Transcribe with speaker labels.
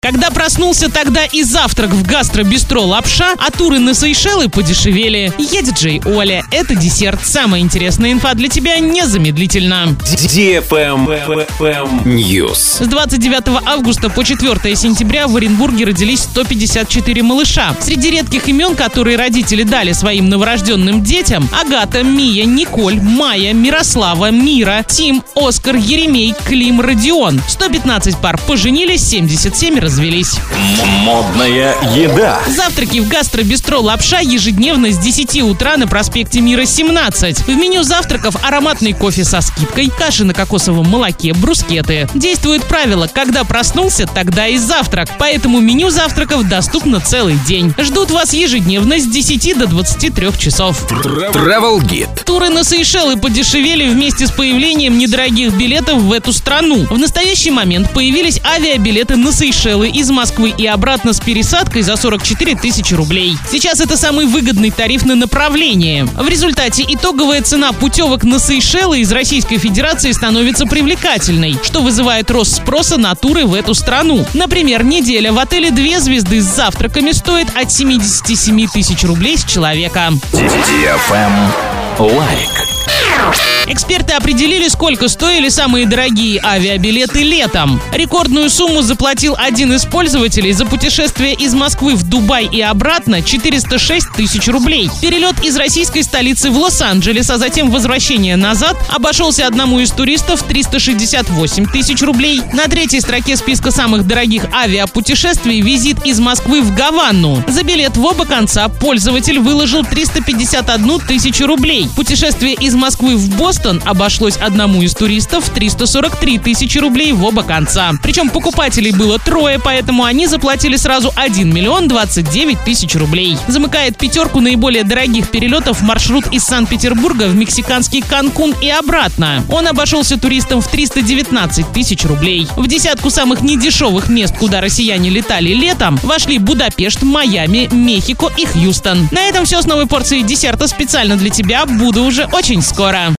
Speaker 1: Когда проснулся, тогда и завтрак в гастробистро «Лапша», а туры на Сейшелы подешевели. Я диджей Оля. Это десерт. Самая интересная инфа для тебя незамедлительно.
Speaker 2: News.
Speaker 1: С 29 августа по 4 сентября в Оренбурге родились 154 малыша. Среди редких имен, которые родители дали своим новорожденным детям: Агата, Мия, Николь, Майя, Мирослава, Мира, Тим, Оскар, Еремей, Клим, Родион. 115 пар поженились, 77 развелись.
Speaker 2: Модная еда.
Speaker 1: Завтраки в гастробистро «Лапша» ежедневно с 10 утра на проспекте Мира, 17. В меню завтраков ароматный кофе со скидкой, каши на кокосовом молоке, брускеты. Действует правило: когда проснулся, тогда и завтрак. Поэтому меню завтраков доступно целый день. Ждут вас ежедневно с 10 до 23 часов.
Speaker 2: Travel Guide.
Speaker 1: Туры на Сейшелы подешевели вместе с появлением недорогих билетов в эту страну. В настоящий момент появились авиабилеты на Сейшелы из Москвы и обратно с пересадкой за 44 тысячи рублей. Сейчас это самый выгодный тариф на направление. В результате итоговая цена путевок на Сейшелы из Российской Федерации становится привлекательной, что вызывает рост спроса на туры в эту страну. Например, неделя в отеле 2 звезды с завтраками стоит от 77 тысяч рублей с человека.
Speaker 2: Лайк.
Speaker 1: Эксперты определили, сколько стоили самые дорогие авиабилеты летом. Рекордную сумму заплатил один из пользователей за путешествие из Москвы в Дубай и обратно — 406 тысяч рублей. Перелет из российской столицы в Лос-Анджелес, а затем возвращение назад обошелся одному из туристов 368 тысяч рублей. На 3-й строке списка самых дорогих авиапутешествий визит из Москвы в Гавану. За билет в оба конца пользователь выложил 351 тысячу рублей. Путешествие из Москвы в Бостон обошлось одному из туристов в 343 тысячи рублей в оба конца. Причем покупателей было 3, поэтому они заплатили сразу 1 миллион 29 тысяч рублей. Замыкает пятерку наиболее дорогих перелетов маршрут из Санкт-Петербурга в мексиканский Канкун и обратно. Он обошелся туристам в 319 тысяч рублей. В десятку самых недешевых мест, куда россияне летали летом, вошли Будапешт, Майами, Мехико и Хьюстон. На этом все с новой порцией десерта специально для тебя. Буду уже очень скоро.